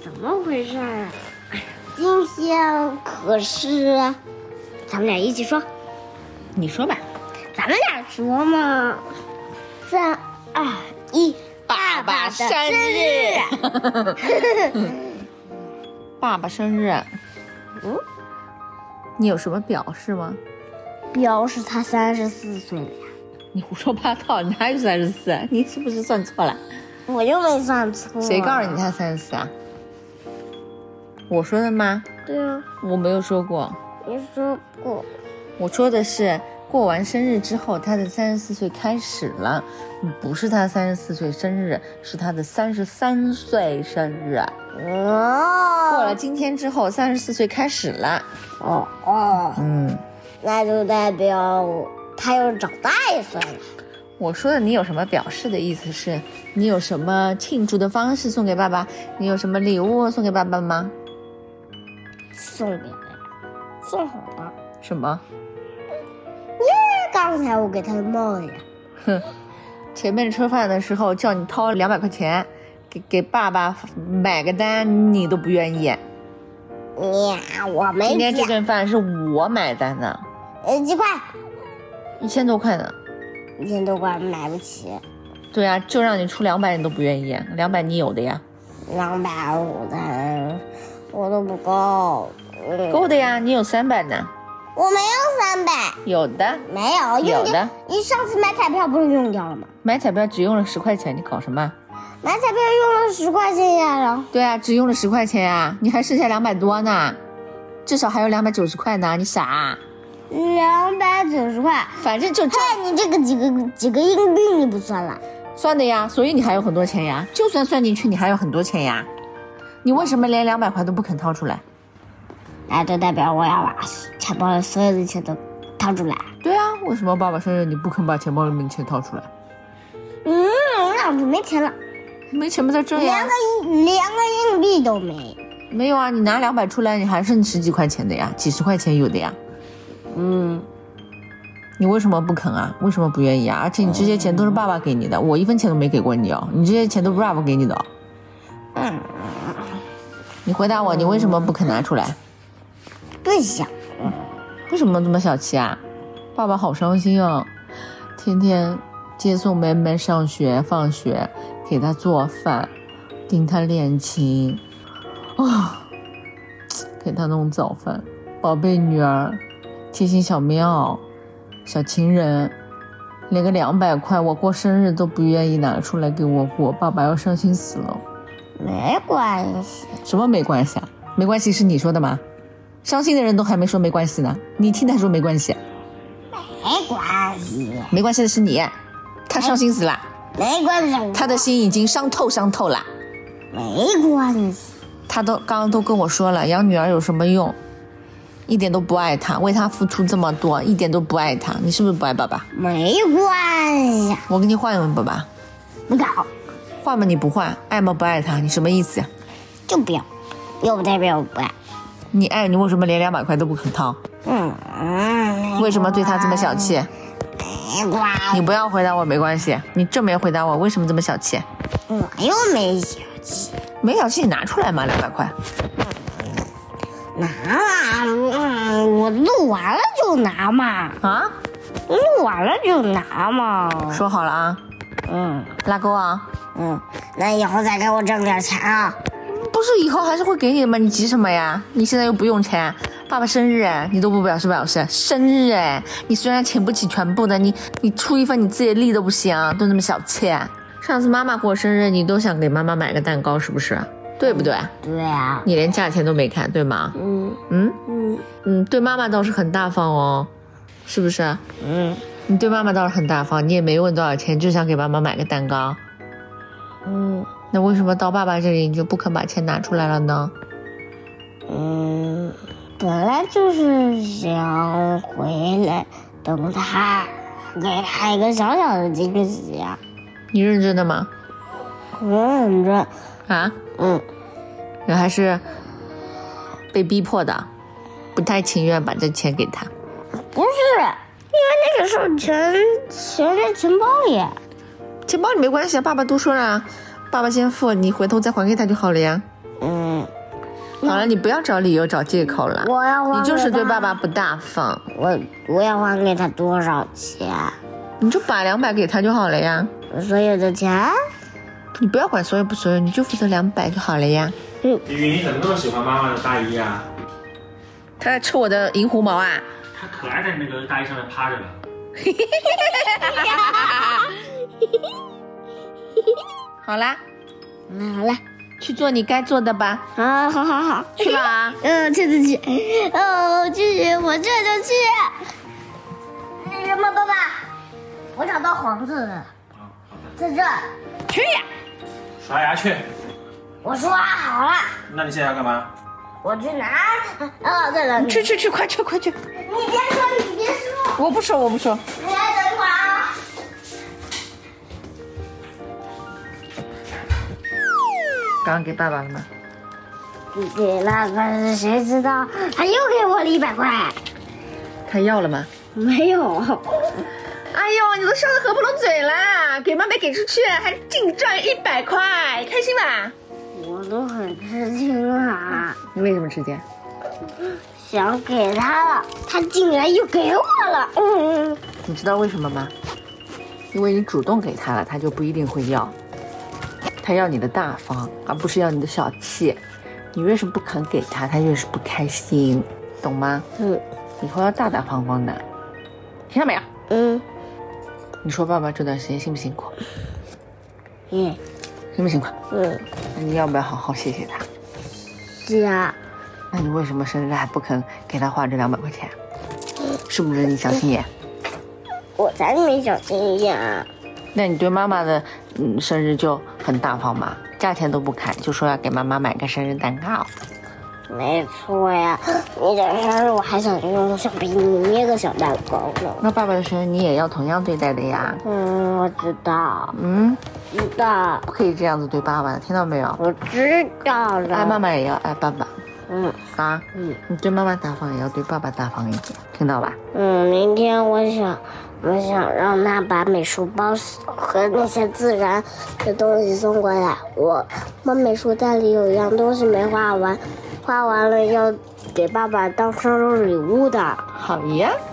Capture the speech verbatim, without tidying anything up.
怎么回事啊？今天可是咱们俩一起说。 你说吧。 咱们俩说嘛。三二一，爸爸的生日。 爸爸生日。 嗯， 你有什么表示吗？ 表示他三十四岁了呀。 你胡说八道，你哪有三十四？你是不是算错了？ 我又没算错。 谁告诉你他三十四啊？我说的吗？ 对啊， 我没有说过。 你说过。 我说的是过完生日之后，他的三十四岁开始了，不是他三十四岁生日，是他的三十三岁生日。 哦， 过了今天之后，三十四岁开始了。 哦哦， 嗯， 那就代表他又长大一岁了。 我说的你有什么表示的意思是，你有什么庆祝的方式送给爸爸？你有什么礼物送给爸爸吗？ 送给他，送好了。 什么？ 刚才我给他的帽子呀。 哼，前面吃饭的时候叫你掏两百块钱，给给爸爸买个单，你都不愿意。 呀，我没。 今天这顿饭是我买单的。 呃，几块？ 一千多块呢。 一千多块买不起。 对啊，就让你出两百，你都不愿意。两百你有的呀。 两百五的，我都不够。 嗯、够的呀，你有三百呢。 我没有三百。 有的。 没有。 有的。 你上次买彩票不是用掉了吗？ 买彩票只用了十块钱，你搞什么？ 买彩票用了十块钱呀，然后。 对啊，只用了十块钱呀，你还剩下两百多呢，至少还有两百九十块呢，你傻？ 两百九十块， 反正就这。 嘿，你这个几个几个硬币你不算了？ 算的呀，所以你还有很多钱呀，就算算进去，你还有很多钱呀。你为什么连两百块都不肯掏出来？ 那就代表我要把钱包里所有的钱都掏出来。 对啊，为什么爸爸生日你不肯把钱包里面的钱掏出来？ 嗯，那我就没钱了。 没钱不在这呀？ 连个连个硬币都没。 没有啊，你拿两百出来，你还剩十几块钱的呀，几十块钱有的呀。 嗯， 你为什么不肯啊？为什么不愿意啊？而且你这些钱都是爸爸给你的，我一分钱都没给过你哦，你这些钱都是爸爸给你的哦。 嗯， 你回答我，你为什么不肯拿出来？ 不想。 为什么这么小气啊？爸爸好伤心哦，天天接送妹妹上学放学，给她做饭，盯她练琴，啊、哦，给她弄早饭，宝贝女儿，贴心小棉袄，小情人，连个两百块我过生日都不愿意拿出来给我过，爸爸要伤心死了。 没关系。 什么没关系啊？没关系是你说的吗？伤心的人都还没说没关系呢，你听他说没关系。 没关系。 没关系的是你，他伤心死了。 没关系。 他的心已经伤透伤透了。 没关系。 他都刚刚都跟我说了，养女儿有什么用？一点都不爱他，为他付出这么多，一点都不爱他，你是不是不爱爸爸？ 没关系。 我给你换一问爸爸。 不搞。 换吗？你不换，爱吗？不爱他，你什么意思呀？ 就不要，又不代表我不爱。 你爱，你为什么连两百块都不肯掏？ 嗯嗯。 为什么对他这么小气？ 没关系。 你不要回答我没关系，你正面回答我，为什么这么小气？ 我又没小气。 没小气，你拿出来嘛，两百块。 拿嘛，嗯，我录完了就拿嘛。 啊？ 录完了就拿嘛。 说好了啊。 嗯。 拉钩啊。 嗯，那以后再给我挣点钱啊。 不是以后还是会给你的吗？你急什么呀？你现在又不用钱，爸爸生日哎，你都不表示表示生日哎，你虽然请不起全部的，你你出一份你自己的力都不行，都那么小气。上次妈妈过生日，你都想给妈妈买个蛋糕，是不是？对不对？ 对啊。 你连价钱都没看，对吗？ 嗯嗯嗯嗯，对妈妈倒是很大方哦，是不是？ 嗯， 你对妈妈倒是很大方，你也没问多少钱，就想给妈妈买个蛋糕。 嗯。 那为什么到爸爸这里你就不肯把钱拿出来了呢？ 嗯，本来就是想回来等他，给他一个小小的惊喜呀。 你认真的吗？ 我认真。 啊？ 嗯。 你还是被逼迫的，不太情愿把这钱给他。 不是，因为那个时候钱钱在钱包里。 钱包里没关系啊，爸爸都说了，爸爸先付，你回头再还给他就好了呀。 嗯。 好了，你不要找理由找借口了。 我要还给他， 你就是对爸爸不大方。 我我要还给他多少钱？ 你就把两百给他就好了呀。 所有的钱？ 你不要管所有不所有，你就负责两百就好了呀。 嗯。 雨云，你怎么那么喜欢妈妈的大衣啊？ 他在吃我的银狐毛啊！ 他可爱在那个大衣上面趴着了。 好啦， 嗯，好了， 去做你该做的吧。 好，好，好，好， 去了啊。 嗯，去去去，哦，去，我这就去。那什么，爸爸，我找到黄色的， 啊，好的。 在这儿。 去呀！ 刷牙去。 我刷好了。 那你现在要干嘛？ 我去拿。哦，在哪？ 去去去，快去快去！ 你别说，你别说。 我不说，我不说。 你来等一会儿啊。 刚刚给爸爸了吗？ 给了，可是谁知道他又给我了一百块。 他要了吗？ 没有。 哎呦，你都笑得合不拢嘴啦！给妈没给出去，还净赚一百块，开心吧？ 我都很吃惊啊！ 你为什么吃惊？ 想给他了，他竟然又给我了。嗯， 你知道为什么吗？因为你主动给他了，他就不一定会要。他要你的大方，而不是要你的小气。你越是不肯给他，他越是不开心，懂吗？ 嗯， 以后要大大方方的，听到没有？ 嗯。 你说爸爸这段时间辛不辛苦？ 嗯。 辛不辛苦？ 嗯。 那你要不要好好谢谢他？ 是啊。 那你为什么生日还不肯给他花这两百块钱？是不是你小心眼？ 我才没小心眼。 那你对妈妈的嗯生日就很大方嘛，价钱都不看，就说要给妈妈买个生日蛋糕。 没错呀，你的生日我还想用橡皮泥捏个小蛋糕呢。 那爸爸的生日你也要同样对待的呀。 嗯，我知道。 嗯， 知道。 不可以这样子对爸爸的，听到没有？ 我知道了。 爱妈妈也要爱爸爸。 嗯啊， 嗯， 你对妈妈大方也要对爸爸大方一点，听到吧？ 嗯，明天我想，我想让他把美术包和那些自然的东西送过来。我我美术袋里有一样东西没画完，画完了要给爸爸当生日礼物的。 好呀。